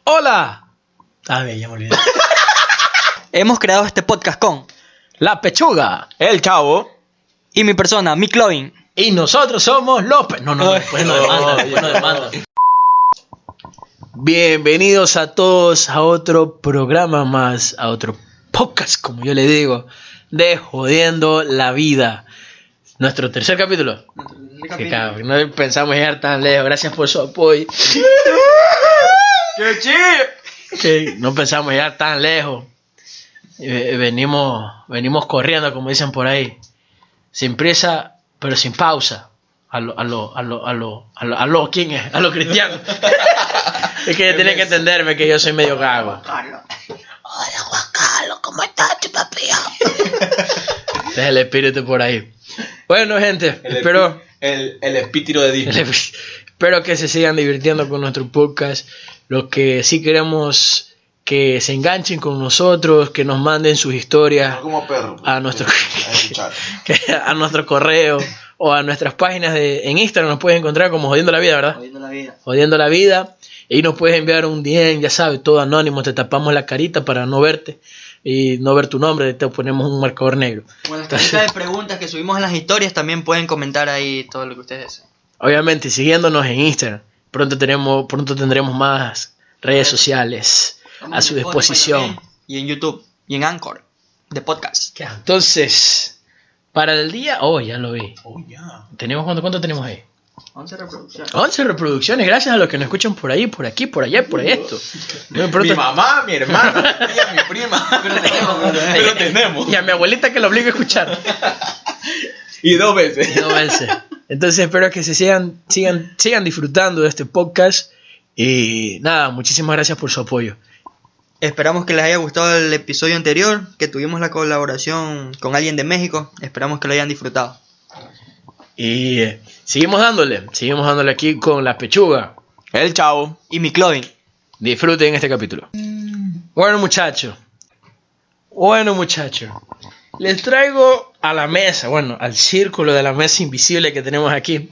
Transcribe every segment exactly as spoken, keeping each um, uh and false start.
¡Hola! Ah, bien, ya me olvidé. Hemos creado este podcast con La Pechuga. El Chavo. y mi persona, Mick Lovin. Y nosotros somos López. No, no, no, después no demanda, después no demanda. Bienvenidos a todos a otro programa más, a otro podcast, como yo le digo, de Jodiendo la Vida. Nuestro tercer capítulo. Que cabrón, no pensamos llegar tan lejos. Gracias por su apoyo. ¡Qué chido! Que no pensamos llegar tan lejos. Eh, venimos, venimos corriendo, como dicen por ahí, sin prisa, pero sin pausa. A lo, a lo, a lo, a lo, a lo, a lo ¿quién es? A lo cristiano. Es que tienen que entenderme que yo soy medio gago. Hola Juan Carlos, ¿cómo estás, chupapío? Es el espíritu por ahí. Bueno, gente, El espero, espi- el, el espíritu de Disney. espero que se sigan divirtiendo con nuestro podcast. Lo que sí queremos que se enganchen con nosotros, que nos manden sus historias No como perro. a nuestro A escuchar. que a nuestro correo o a nuestras páginas de en Instagram. Nos puedes encontrar como Jodiendo la Vida, ¿verdad? Jodiendo la vida. Jodiendo la Vida. Y nos puedes enviar un D M, ya sabes, todo anónimo. Te tapamos la carita para no verte y no ver tu nombre. Te ponemos un marcador negro. Bueno, las cajitas de preguntas que subimos en las historias también pueden comentar ahí todo lo que ustedes deseen. Obviamente, siguiéndonos en Instagram. Pronto tenemos, pronto tendremos más redes sociales a su disposición. Y en YouTube y en Anchor de podcast. Entonces, para el día, oh, ya lo vi. Oh, ya. ¿Tenemos cuánto, cuánto tenemos ahí? once reproducciones. once reproducciones, gracias a los que nos escuchan por ahí, por aquí, por allá, por esto. No me importa. Mi mamá, mi hermana, y mi prima. Pero tenemos, Pero tenemos. Y a mi abuelita que lo obligo a escuchar. Y dos veces. No, Belce. Entonces espero que se sigan, sigan, sigan disfrutando de este podcast. Y nada, muchísimas gracias por su apoyo. Esperamos que les haya gustado el episodio anterior, que tuvimos la colaboración con alguien de México. Esperamos que lo hayan disfrutado. Y eh, seguimos dándole, seguimos dándole aquí con La Pechuga. El Chavo. Y Mick Lovin. Disfruten este capítulo. Bueno, muchachos. Bueno, muchachos. Les traigo a la mesa, bueno, al círculo de la mesa invisible que tenemos aquí,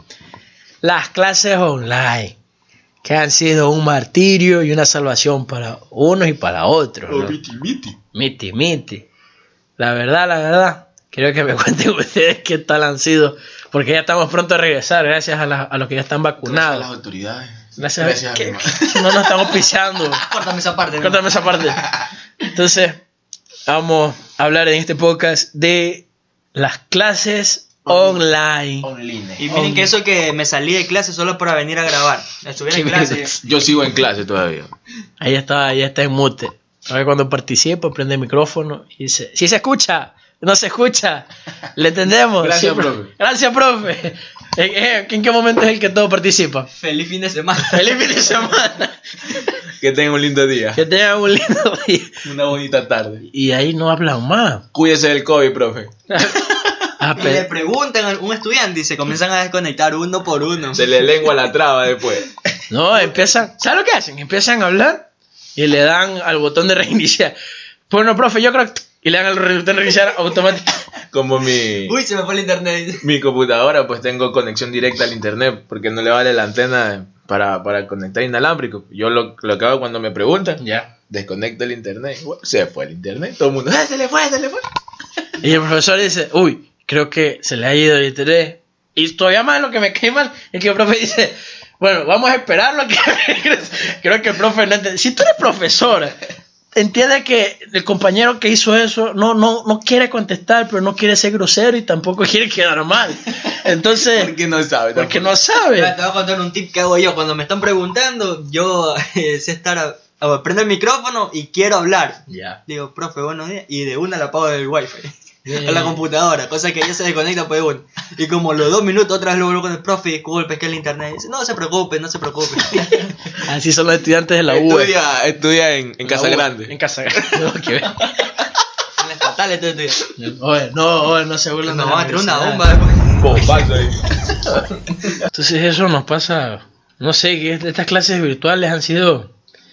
las clases online, que han sido un martirio y una salvación para unos y para otros, ¿no? Miti, miti. Miti, miti. La verdad, la verdad, quiero que me cuenten ustedes qué tal han sido, porque ya estamos pronto a regresar, gracias a, la- a los que ya están Gracias a las vacunados. autoridades. Gracias, Gracias a a que mi no nos estamos pisando. Córtame esa parte. ¿no? Córtame esa parte. Entonces, vamos a hablar en este podcast de las clases online. Online. Y miren que eso que me salí de clase solo para venir a grabar. Estuviera en Sí, clase. Yo sigo en clase todavía. Ahí está, ahí está en mute. Ahora cuando participa, prende el micrófono y dice, si se escucha, no se escucha, le entendemos. Gracias, Siempre- profe. Gracias, profe. ¿En, en- en qué momento es el que todo participa? Feliz fin de semana. Feliz fin de semana. Que tengan un lindo día. Que tengan un lindo día. Una bonita tarde. Y ahí no hablan más. Cuídese del COVID, profe. Ah, Y pe- le preguntan a un estudiante y se comienzan a desconectar uno por uno. Se le lengua la traba después. No, empiezan, ¿sabes lo que hacen? Empiezan a hablar y le dan al botón de reiniciar. Bueno, profe, yo creo que... Y le dan al botón de reiniciar automático. Como mi, Uy, se me fue el internet. mi computadora, pues tengo conexión directa al internet. Porque no le vale la antena para, para conectar inalámbrico. Yo lo, lo que hago cuando me preguntan, Ya. desconecto el internet. Bueno, se fue el internet. Todo el mundo, ¡ah, se le fue, se le fue! Y el profesor dice, uy, creo que se le ha ido el interés. Y todavía más lo que me cae mal es que el profe dice, bueno, vamos a esperarlo a que regrese. Creo que el profe no entiende. Si tú eres profesora, entiende que el compañero que hizo eso no, no, no quiere contestar, pero no quiere ser grosero y tampoco quiere quedar mal. Entonces, Porque no sabe. porque tampoco. no sabe. Mira, te voy a contar un tip que hago yo. Cuando me están preguntando, yo eh, sé estar a, a- prendo el micrófono y quiero hablar. Ya. Digo, profe, buenos días. Y de una la apago del wifi. Bien. A la computadora, cosa que ella se desconecta por de una. Y como los dos minutos otra vez luego con el profe, disculpe, es que el internet. Dice, no se preocupe, no se preocupe. Así son los estudiantes de la U E. Estudia, estudia en, en Casa La U E, Grande. En Casa Grande. No, que ver. En la estatal, esto estoy. Oye, no, oye, no se burlen de Nos la van a tirar una universidad. bomba después. Bombazo ahí. Entonces eso nos pasa, no sé, que estas clases virtuales han sido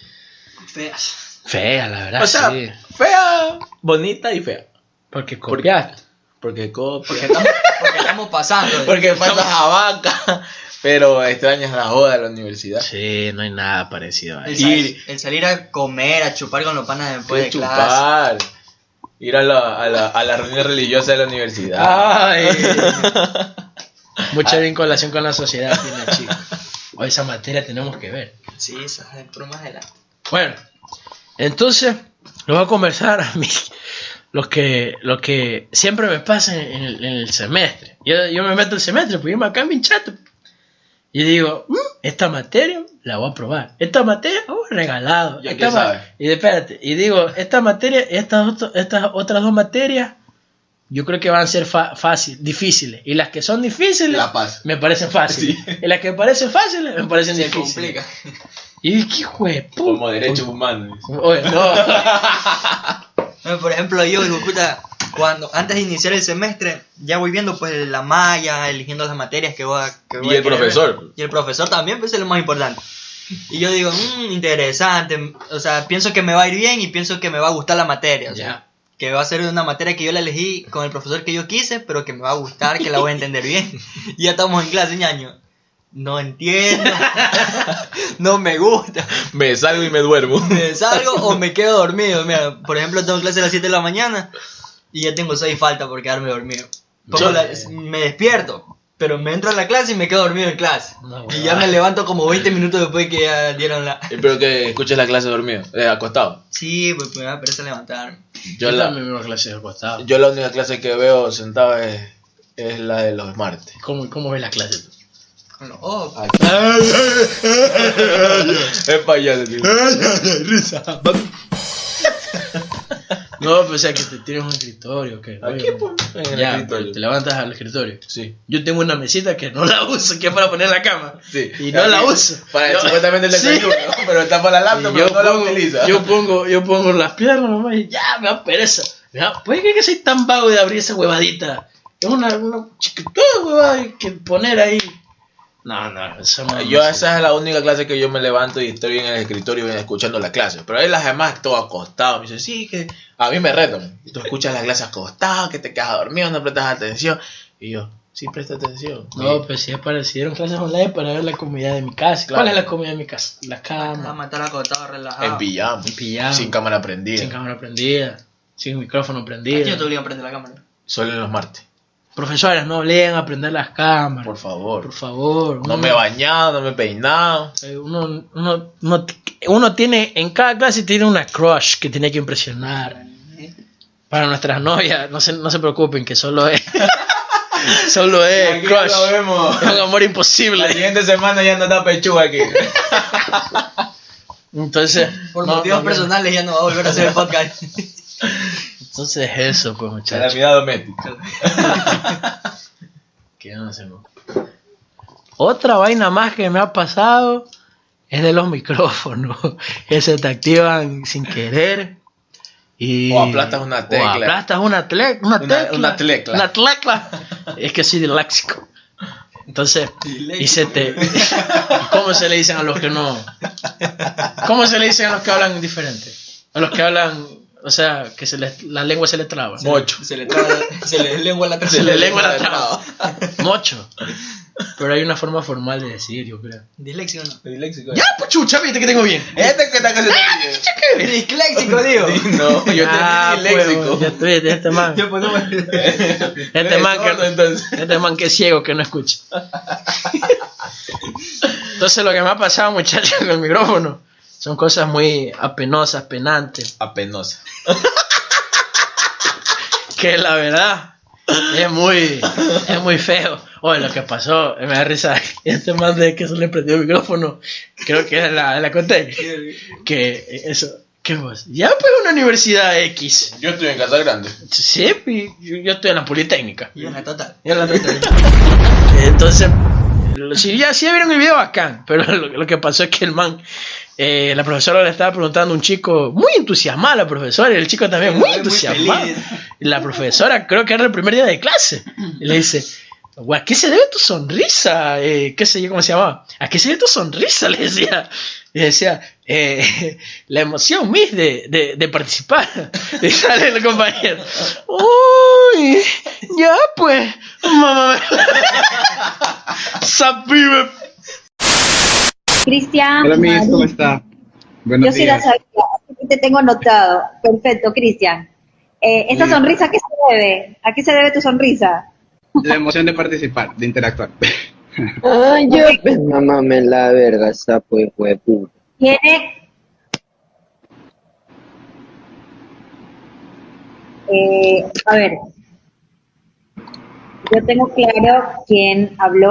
Feas. feas, la verdad. O sea, sí. fea, bonita y fea. Porque copiaste. Porque copia. Porque estamos, porque estamos pasando. Porque pasas a vaca, pero extrañas la joda de la universidad. Sí, no hay nada parecido a El, eso. sal- Y- el salir a comer, a chupar con los panas después de Puedes clase. chupar, ir a la, a, la, a la reunión religiosa de la universidad. Ay. Mucha vinculación con la sociedad tiene, chico. O esa materia tenemos que ver. Sí, eso es por más adelante. Bueno, entonces, lo voy a conversar a mí. Lo que, lo que siempre me pasa en el, en el semestre. Yo, yo me meto el semestre, pues yo me acá en mi chato. Y digo, "Mm, esta materia la voy a probar. Esta materia, oh, regalado. Ya Esta que ma- sabes. Y espérate, y digo, esta materia, estas, otro- estas otras dos materias, yo creo que van a ser fa- fácil, difíciles. Y las que son difíciles, La paz. me parecen fáciles. Sí. Y las que me parecen fáciles, me parecen Se difíciles. complica. Y qué hijo de puta. Como derechos humanos. Oye, no. Bueno, por ejemplo, yo, hijo de puta, cuando antes de iniciar el semestre, ya voy viendo pues la malla, eligiendo las materias que voy a. Que voy Y a el querer profesor. ver. Y el profesor también, pues es lo más importante. Y yo digo, mmm, interesante. O sea, pienso que me va a ir bien y pienso que me va a gustar la materia. O sea, Ya. que va a ser una materia que yo la elegí con el profesor que yo quise, pero que me va a gustar, que la voy a entender bien. Y ya estamos en clase, ñaño. No entiendo. No me gusta. Me salgo y me duermo. Me salgo o me quedo dormido. Mira, por ejemplo, tengo clase a las siete de la mañana y ya tengo seis faltas por quedarme dormido. Pongo Yo- la- me despierto, pero me entro a la clase y me quedo dormido en clase. No, Y ya me levanto como veinte minutos después que ya dieron la... Espero que escuches la clase dormido, eh, acostado. Sí, pues me da pereza levantarme. Yo Yo la, también veo clases al costado. yo la única clase que veo sentado es, es la de los martes. ¿Cómo, cómo ves la clase tú? Con los ojos. Es payaso, tío. No, pues o sea que te tienes un escritorio, que Aquí, pues, en el ya, escritorio. te levantas al escritorio. Sí. Yo tengo una mesita que no la uso, que es para poner la cama. Sí. Y no la uso. Para Yo- supuestamente el Sí. desayuno, pero está para la laptop, Y pero yo, no la pongo, utiliza. yo pongo, yo pongo las piernas nomás y ya, me da pereza. Me da- ¿Puede creer que soy tan vago de abrir esa huevadita? Es una, una chiquitita huevada que poner ahí. No, no, eso no. Yo no sé. esa es la única clase que yo me levanto y estoy en el escritorio escuchando la clase. Pero ahí las demás todo acostado. Me dicen, sí, que a mí me retan. Tú escuchas la clase acostado, que te quedas dormido, no prestas atención. Y yo, sí, presta atención. No, pues si es para si dieron clases online para ver la comodidad de mi casa. Claro. ¿Cuál es la comodidad de mi casa? La A cama, matar acostado, relajado. En pijama. En pijama. Sin cámara prendida. sin cámara prendida, sin micrófono Aquí prendido. yo te obligo a prender la cámara. Solo en los martes. Profesores, no obliguen a prender las cámaras. Por favor. Por favor. No uno- me he bañado, no me he peinado. eh, Uno, uno, uno, uno tiene, en cada clase tiene una crush que tiene que impresionar. Para nuestras novias, no se, no se preocupen, que solo es. Solo es Aquí ya crush. lo vemos. Es un amor La imposible. siguiente semana ya no está pechuga aquí. Entonces, Por no, motivos no, no. personales ya no va a volver a hacer el podcast. Entonces, eso, pues, muchachos. Calamidad doméstica. ¿Qué hacemos? Otra vaina más que me ha pasado es de los micrófonos. Que se te activan sin querer. Y... O aplastas una tecla. O aplastas una, tle- una Una- tecla. una tecla. Una tecla. Es que soy disléxico. Entonces, y se te. ¿Cómo se le dicen a los que no? ¿Cómo se le dicen a los que hablan diferente? A los que hablan, o sea, que se les, la lengua se les traba. Mocho. Se le traba, se le lengua la Se le lengua la traba. Mocho. Pero hay una forma formal de decir, yo creo. Disléxico no. Disléxico. Ya, pues chucha, viste que tengo bien. Este que está casi Disléxico, digo. No, yo Ah, tengo disléxico. pues, ya estoy, este man. Yo pongo... Este man, que, entonces. este man que es ciego, que no escucha. Entonces lo que me ha pasado, muchachos, con el micrófono son cosas muy apenosas, penantes, Apenosa. que la verdad es muy, es muy feo. Oye, lo que pasó, me da risa, este man de que se le prendió el micrófono, creo que es la, la conté, que eso, ¿qué vos? Ya pues una universidad X. Yo estoy en Casa Grande. Sí, y yo, yo estoy en la Politécnica. Y en la total. Ya la noté. Entonces, lo- si ya, si ya vieron el video bacán, pero lo, lo que pasó es que el man, eh, la profesora le estaba preguntando a un chico, muy entusiasmado la profesora, y el chico también muy Muy entusiasmado. feliz. Y la profesora creo que era el primer día de clase, y le dice, ¿a qué se debe tu sonrisa? Eh, ¿Qué sé yo cómo se llamaba? ¿A qué se debe tu sonrisa? Le decía. Y decía, eh, la emoción, Miss, de, de, de participar. Y sale el compañero. Uy, ya pues, mamá. Sabive. Cristian, Hola, Miss, Mari, ¿cómo está? Buenos yo sí la días. sabía, aquí te tengo anotado. Perfecto, Cristian. Eh, ¿Esta Sí. sonrisa a qué se debe? ¿A qué se debe tu sonrisa? La emoción de participar, de interactuar. Ay, yo, pues, mamá, me la verga, sapo, hijo de puta. Tiene... Eh, a ver, yo tengo claro quién habló.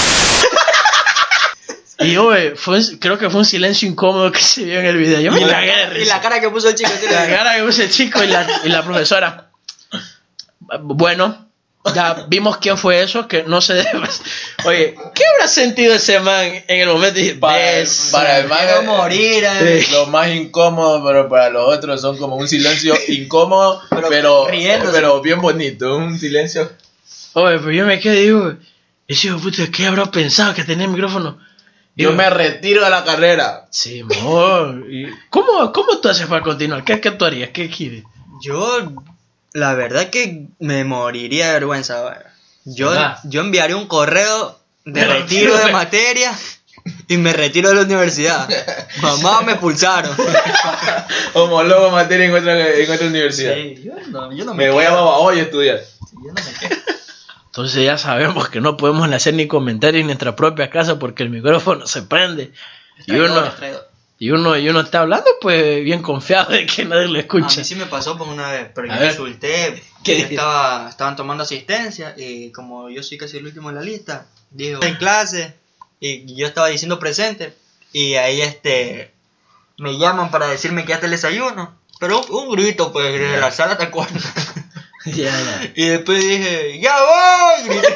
Y oye, fue, un- creo que fue un silencio incómodo que se vio en el video. Yo me Y la, cagué de y risa. la cara que puso el chico. ¿sí? La cara que puso el chico y la, y la profesora. Bueno, ya vimos quién fue eso, que no se debe. Oye, ¿qué habrá sentido ese man en el momento? Y, Para el- "Besa". para el man- Quiero morir. eh. Lo más incómodo, pero para los otros son como un silencio incómodo, Pero pero, riéndose. pero bien bonito. Un silencio. Oye, pero yo me quedé y digo, ese hijo de puta, ¿qué habrá pensado que tenía el micrófono? Yo me retiro de la carrera. Sí, amor. ¿Y ¿Cómo, ¿Cómo tú haces para continuar? ¿Qué, qué tú harías? ¿Qué quieres? Yo, la verdad que me moriría de vergüenza. güey. Yo, ¿Verdad? yo enviaría un correo de De retiro retiro. de materia y me retiro de la universidad. Mamá, me expulsaron. Homólogo materia en otra, en otra universidad. Sí, yo no, yo no me Me voy a quedo. Babahoyo a estudiar. Sí, yo no me quedo. Entonces ya sabemos que no podemos hacer ni comentarios en nuestra propia casa porque el micrófono se prende. Y Traidor, uno, es traidor. y uno, y uno está hablando pues bien confiado de que nadie lo A escucha. mí sí me pasó por una vez, pero A yo ver. insulté. ¿Qué Yo dijiste? estaba, estaban tomando asistencia y como yo soy casi el último en la lista, dijo en clase y yo estaba diciendo presente y ahí este me llaman para decirme que ya está el desayuno, pero un, un grito pues desde la sala hasta el cuarto. Ya, ya. Y después dije, ¡ya voy! Grité.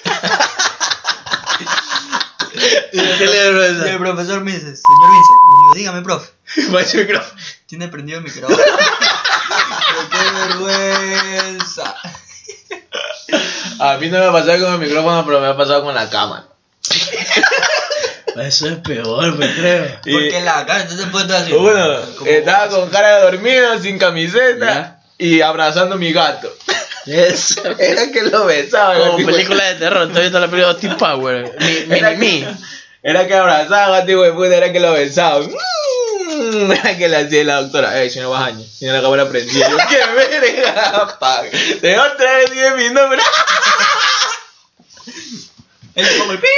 y, el, ¿Qué le dio y el profesor me dice, señor Vince, y yo, dígame, profe, Macho micrófono. tiene prendido el micrófono. Pero ¡qué vergüenza! A mí no me ha pasado con el micrófono, pero me ha pasado con la cámara. Eso es peor, me creo. Y Porque la cara, entonces puede estar así. uno como- estaba con cara de dormido, sin camiseta y abrazando a mi gato. Eso. Era que lo besaba. Como el película de terror, estoy viendo la película Austin Power. Mi, Era mini que, me. era que abrazaba, tío, de puta, era que lo besaba. Mm, Era que le hacía la doctora, ey, señor Bajaño, tiene la cámara prendida. Yo, qué verga, pa. De otra vez sigue mi nombre. Él como el pi.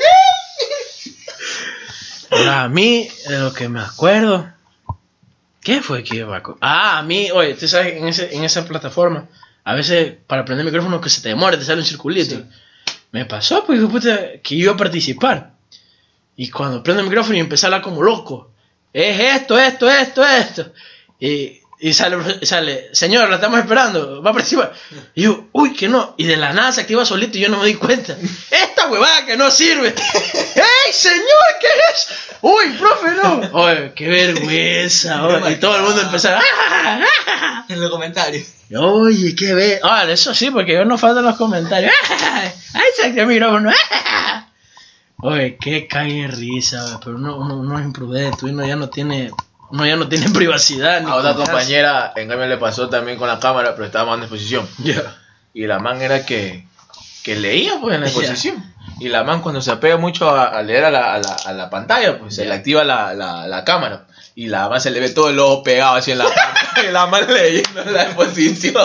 Ahora, a mí, de lo que me acuerdo. ¿Qué fue que yo me acuerdo? Ah, a mí, oye, tú sabes, en, ese, en esa plataforma, a veces para prender el micrófono que se te demora, te sale un circulito. Sí. Me pasó, pues, hijo de puta, que yo iba a participar. Y cuando prendo el micrófono y empecé a hablar como loco. Es esto, esto, esto, esto. Y, y sale, sale, señor, la estamos esperando, va a participar. Y yo, uy, que no. Y de la nada se activa solito y yo no me di cuenta. Esta huevada que no sirve. ¡Ey, señor, qué es! Uy, profe, no. Oye, qué vergüenza. Oye. Y todo el mundo empezó a... En los comentarios. Oye, qué ver. Ah, eso sí, porque yo no faltan los comentarios. ¡Ay, se activó el micrófono! Oye, qué cague risa, oye, pero uno, uno, uno es imprudente, uno ya no tiene, uno ya no tiene privacidad. Ni A otra confianza. compañera, en cambio, le pasó también con la cámara, pero estaba más en exposición. Ya. Y la man era que, que leía pues en la exposición. Y la man cuando se apega mucho a, a leer a la, a, la, a la pantalla, pues se le activa la, la, la cámara. Y la man se le ve todo el ojo pegado así en la cámara. Y la man leyendo en la exposición.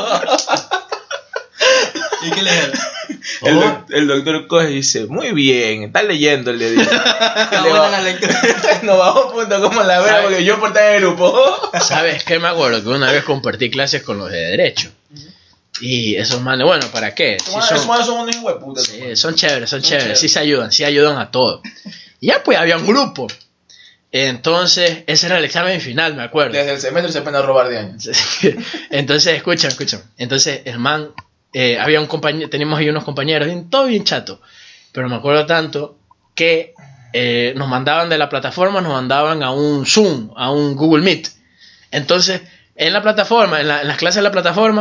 ¿Y qué le dijeron? El, Oh. doc- el doctor coge y dice, muy bien, está leyendo, le dice. Está Le buena va- la lectura. Nos bajó punto como la vera ¿Sabe? porque yo por estar en el grupo. ¿Sabes qué? Me acuerdo que una vez compartí clases con los de Derecho. Y esos manes, bueno, ¿para qué? Sí, Esos son, manes son unos hueputas. sí, son chéveres, son Son chéveres, chéveres. sí se ayudan, sí ayudan a todos. Y ya pues había un grupo. Entonces, ese era el examen final, me acuerdo. Desde el semestre se pueden robar de años. Entonces, escuchan, escuchan. Entonces, el man, eh, había un compañero, teníamos ahí unos compañeros, bien, todo bien chato. Pero me acuerdo tanto que eh, nos mandaban de la plataforma, nos mandaban a un Zoom, a un Google Meet. Entonces, en la plataforma, en, la- en las clases de la plataforma,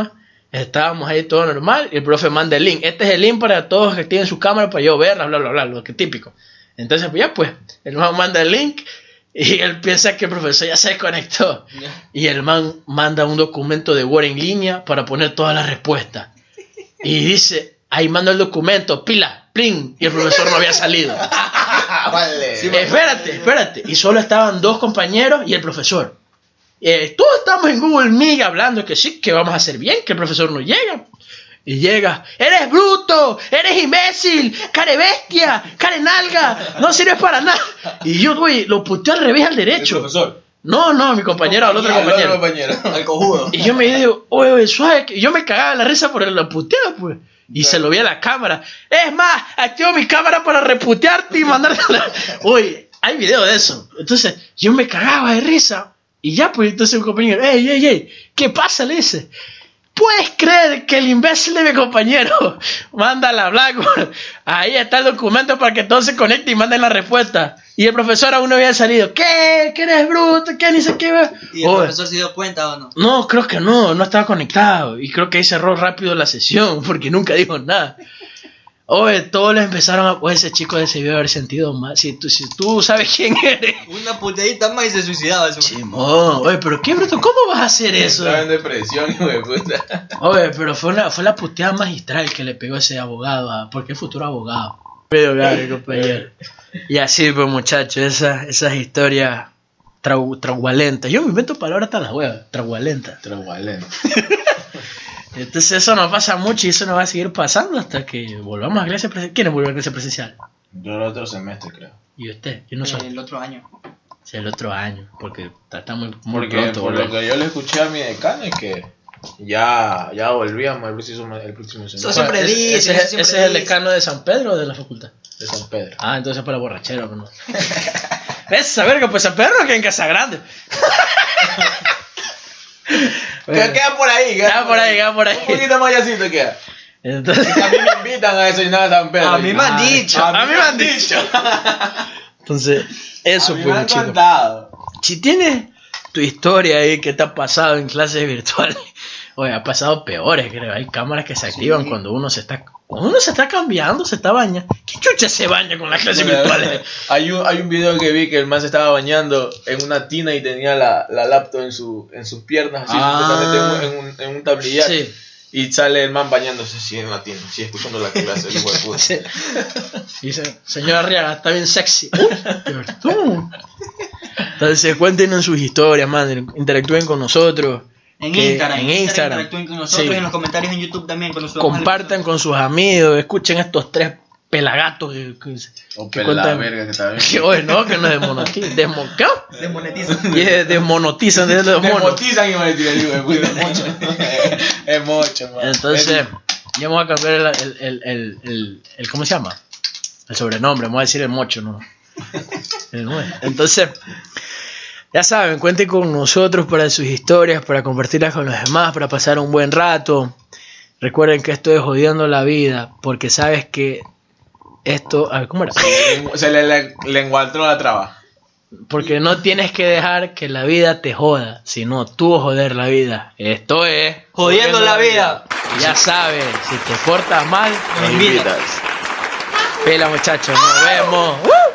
Estábamos ahí todo normal y el profe manda el link. Este es el link para todos que tienen su cámara para yo verla, bla, bla, bla, lo que típico. Entonces, pues ya pues, el man manda el link y él piensa que el profesor ya se desconectó. Y el man manda un documento de Word en línea para poner todas las respuestas. Y dice, ahí manda el documento, pila, plin, y el profesor no había salido. Vale. Eh, espérate, espérate. Y solo estaban dos compañeros y el profesor. Eh, todos estamos en Google Meet hablando que sí, que vamos a hacer bien, que el profesor no llega. Y llega, eres bruto, eres imbécil, care bestia, care nalga, no sirves para nada. Y yo, güey, lo puteé al revés al derecho. ¿El profesor? No, no, mi compañero, al otro Al otro compañero. compañero. Al cojudo. Y yo me digo, oye, oye, suave, que yo me cagaba la risa por la puteada, pues. Y se lo vi a la cámara. Es más, activo mi cámara para reputearte y mandarte a la... Oye, hay video de eso. Entonces, yo me cagaba de risa. Y ya, pues, entonces un compañero, ey, ey, ey, ¿qué pasa? Le dice, ¿puedes creer que el imbécil de mi compañero manda la Blackboard? Ahí está el documento para que todos se conecten y manden la respuesta. Y el profesor aún no había salido. ¿Qué? ¿Qué eres bruto? ¿Qué? Ni sé qué. ¿Y el Oye, profesor se dio cuenta o no? no, creo que no, no estaba conectado. Y creo que ahí cerró rápido la sesión porque nunca dijo nada. Oye, todos les empezaron a... Oye, ese chico debió haber sentido mal. Si tú, si tú sabes quién eres. Una puteadita más y se suicidaba eso. Chimón, oye, pero qué bruto, ¿cómo vas a hacer eso? Estaba en depresión, hijo de puta. Oye, pero fue la, fue la puteada magistral que le pegó ese abogado, a, porque es futuro abogado. Pero claro, compañero. Y así, pues, muchachos, esas, esas historias trau, traugualentas. Yo me invento palabras hasta las huevas, traugualentas. Tragualén. Entonces eso nos pasa mucho y eso nos va a seguir pasando hasta que volvamos a clase presencial. ¿Quiénes vuelven a clase presencial? Yo el otro semestre, creo. ¿Y usted? Yo no soy. El otro año. Sí, el otro año, porque está, está muy, muy Porque pronto. por lo volver. que yo le escuché a mi decano es que ya, ya volvíamos el próximo, el próximo Eso semestre siempre ¿Ese, dice, ese, eso es- siempre ese es el dice. decano de San Pedro o de la facultad? de San Pedro. Ah, entonces para borrachero, ¿no? Esa verga, pues San Pedro no queda en Casa Grande. Queda, queda por ahí, Queda por ahí, queda por ahí. Un poquito más allacito queda. Entonces, A mí me invitan a desayunar a San Pedro. A mí me han Ah, dicho. a mí me han dicho. Entonces, eso a mí fue, me han chicos. contado. Si tienes tu historia ahí que te ha pasado en clases virtuales, oye, ha pasado peores, creo. Hay cámaras que se activan Sí. cuando uno se está cuando uno se está cambiando, se está bañando. ¿Quién chucha se baña con las clases Bueno, virtuales? hay, un, hay un video que vi que el man se estaba bañando en una tina y tenía la, la laptop en, su, en sus piernas, así, Ah. supuestamente en un, en un, en un tablillar. Sí. Y sale el man bañándose así en la tina, así escuchando la clase, el hijo de puta. Sí. Dice, señora Arriaga, está bien sexy. Uy, pero tú. Entonces cuéntenos sus historias, man, interactúen con nosotros. En que- Instagram. en Instagram. Interactúen con nosotros Sí. y en los comentarios en YouTube también. Cuando subamos el Compartan con sus amigos, escuchen estos tres pelagatos que, que, O que pela la cuentan. verga que está bien. Que hoy no, que nos desmonetizan. Desmo, ¿qué? episodio. Desmonetizan. Y es- desmonetizan de los monos. Desmotizan y me tiran el hijo de puta. Es mocho, man. Entonces, ya vamos a cambiar el, el, el, el, el- el- ¿cómo se llama? El sobrenombre, vamos a decir el mocho, ¿no? El nueve. Entonces, ya saben, cuenten con nosotros para sus historias, para compartirlas con los demás, para pasar un buen rato. Recuerden que esto es jodiendo la vida, porque sabes que esto... A ver, ¿cómo era? Se le, le, le engualtró la traba. Porque no tienes que dejar que la vida te joda, sino tú joder la vida. Esto es... Jodiendo la vida. Ya sabes, si te portas mal, Me invitas. pela muchachos, nos vemos. ¡Uh!